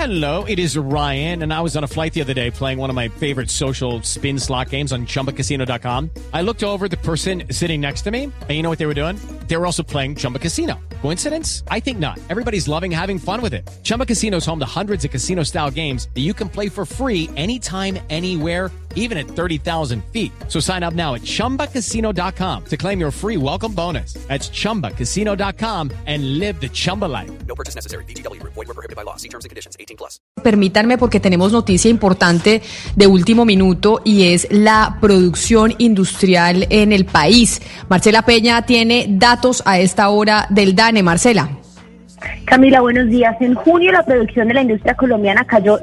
Hello, it is Ryan, and I was on a flight the other day playing one of my favorite social spin slot games on ChumbaCasino.com. I looked over at the person sitting next to me, and you know what they were doing? They were also playing Chumba Casino. Coincidence? I think not. Everybody's loving having fun with it. Chumba Casino is home to hundreds of casino-style games that you can play for free anytime, anywhere, even at 30,000 feet. So sign up now at ChumbaCasino.com to claim your free welcome bonus. That's ChumbaCasino.com and live the Chumba life. No purchase necessary. VGW. Void where prohibited by law. See terms and conditions. 18+. Permítanme, porque tenemos noticia importante de último minuto y es la producción industrial en el país. Marcela Peña tiene datos a esta hora del DANE. Marcela. Camila, buenos días. En junio la producción de la industria colombiana cayó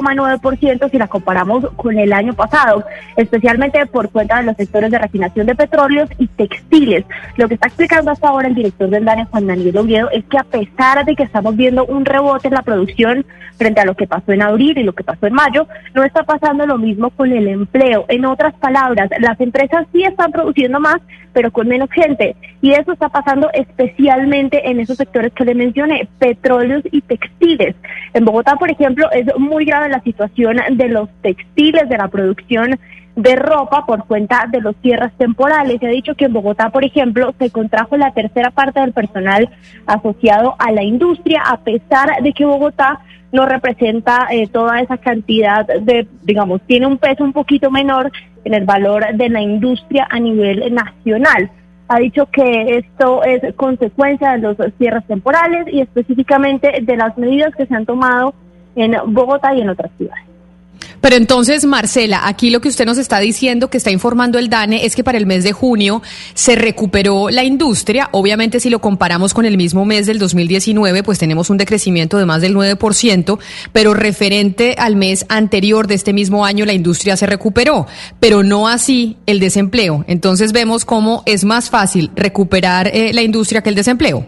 9,9% si la comparamos con el año pasado, especialmente por cuenta de los sectores de refinación de petróleos y textiles. Lo que está explicando hasta ahora el director del DANE, Juan Daniel Oviedo, es que a pesar de que estamos viendo un rebote en la producción frente a lo que pasó en abril y lo que pasó en mayo, no está pasando lo mismo con el empleo. En otras palabras, las empresas sí están produciendo más, pero con menos gente. Y eso está pasando especialmente en esos sectores que le mencioné, petróleos y textiles. En Bogotá, por ejemplo, es muy grave la situación de los textiles, de la producción de ropa por cuenta de los cierres temporales. Se ha dicho que en Bogotá, por ejemplo, se contrajo la tercera parte del personal asociado a la industria, a pesar de que Bogotá no representa toda esa cantidad de, digamos, tiene un peso un poquito menor en el valor de la industria a nivel nacional. Ha dicho que esto es consecuencia de los cierres temporales y específicamente de las medidas que se han tomado en Bogotá y en otras ciudades. Pero entonces, Marcela, aquí lo que usted nos está diciendo, que está informando el DANE, es que para el mes de junio se recuperó la industria. Obviamente, si lo comparamos con el mismo mes del 2019, pues tenemos un decrecimiento de más del 9%, pero referente al mes anterior de este mismo año, la industria se recuperó, pero no así el desempleo. Entonces vemos cómo es más fácil recuperar la industria que el desempleo.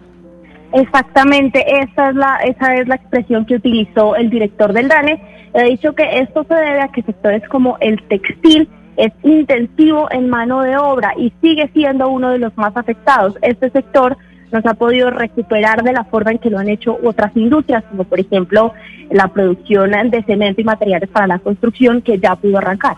Exactamente, esa es la expresión que utilizó el director del DANE. Ha dicho que esto se debe a que sectores como el textil es intensivo en mano de obra y sigue siendo uno de los más afectados. Este sector no se ha podido recuperar de la forma en que lo han hecho otras industrias, como por ejemplo la producción de cemento y materiales para la construcción, que ya pudo arrancar.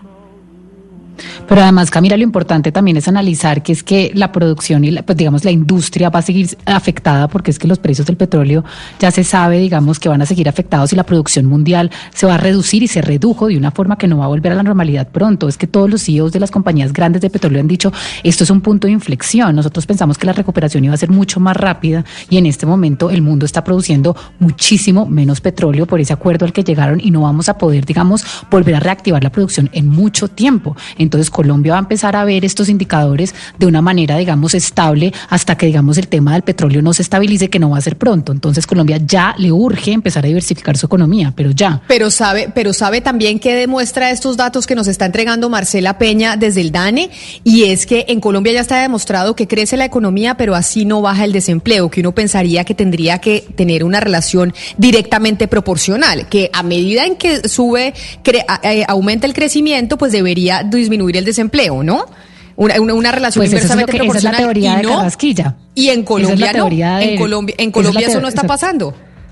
Pero además, Camila, lo importante también es analizar que es que la producción y pues digamos la industria va a seguir afectada, porque es que los precios del petróleo ya se sabe, digamos, que van a seguir afectados y la producción mundial se va a reducir y se redujo de una forma que no va a volver a la normalidad pronto. Es que todos los CEOs de las compañías grandes de petróleo han dicho, esto es un punto de inflexión. Nosotros pensamos que la recuperación iba a ser mucho más rápida y en este momento el mundo está produciendo muchísimo menos petróleo por ese acuerdo al que llegaron y no vamos a poder, digamos, volver a reactivar la producción en mucho tiempo. Entonces Colombia va a empezar a ver estos indicadores de una manera, digamos, estable hasta que, digamos, el tema del petróleo no se estabilice, que no va a ser pronto. Entonces Colombia ya le urge empezar a diversificar su economía, pero ya. Pero sabe también que demuestra estos datos que nos está entregando Marcela Peña desde el DANE, y es que en Colombia ya está demostrado que crece la economía, pero así no baja el desempleo, que uno pensaría que tendría que tener una relación directamente proporcional, que a medida en que aumenta el crecimiento, pues debería disminuir el desempleo, ¿no? Una relación pues inversamente proporcional. Esa es la teoría de Carrasquilla. Y en Colombia no. En Colombia eso no está pasando.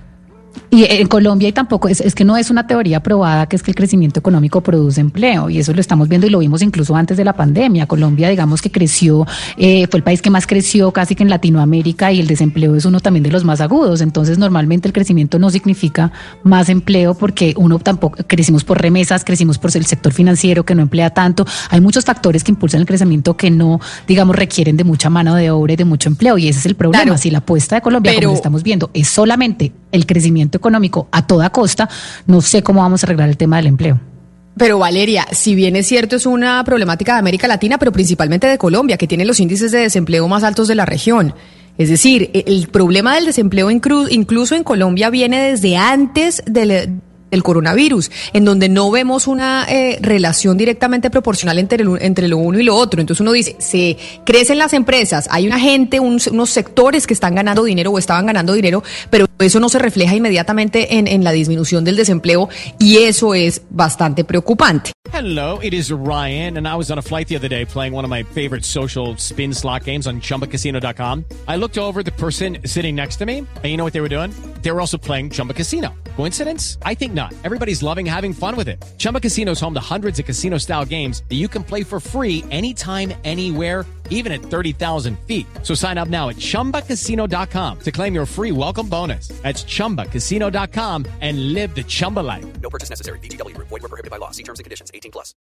Y en Colombia, y tampoco, es que no es una teoría probada, que es que el crecimiento económico produce empleo, y eso lo estamos viendo y lo vimos incluso antes de la pandemia. Colombia, digamos que creció, fue el país que más creció casi que en Latinoamérica, y el desempleo es uno también de los más agudos. Entonces, normalmente el crecimiento no significa más empleo, porque uno tampoco, crecimos por remesas, crecimos por el sector financiero que no emplea tanto. Hay muchos factores que impulsan el crecimiento que no, digamos, requieren de mucha mano de obra y de mucho empleo, y ese es el problema. Claro, si la apuesta de Colombia, como lo estamos viendo, es solamente el crecimiento económico a toda costa, no sé cómo vamos a arreglar el tema del empleo. Pero Valeria, si bien es cierto, es una problemática de América Latina, pero principalmente de Colombia, que tiene los índices de desempleo más altos de la región. Es decir, el problema del desempleo incluso en Colombia viene desde antes de del coronavirus, en donde no vemos una relación directamente proporcional entre lo uno y lo otro. Entonces uno dice, se crecen las empresas, hay una gente, unos sectores que están ganando dinero o estaban ganando dinero, pero eso no se refleja inmediatamente en la disminución del desempleo, y eso es bastante preocupante. Hello, it is Ryan, and I was on a flight the other day playing one of my favorite social spin slot games on ChumbaCasino.com. I looked over at the person sitting next to me, and you know what they were doing? They were also playing Chumba Casino. Coincidence? I think not. Everybody's loving having fun with it. Chumba Casino is home to hundreds of casino-style games that you can play for free anytime, anywhere, even at 30,000 feet. So sign up now at ChumbaCasino.com to claim your free welcome bonus. That's ChumbaCasino.com and live the Chumba life. No purchase necessary. VGW Group. Void where prohibited by law. See terms and conditions. 18+.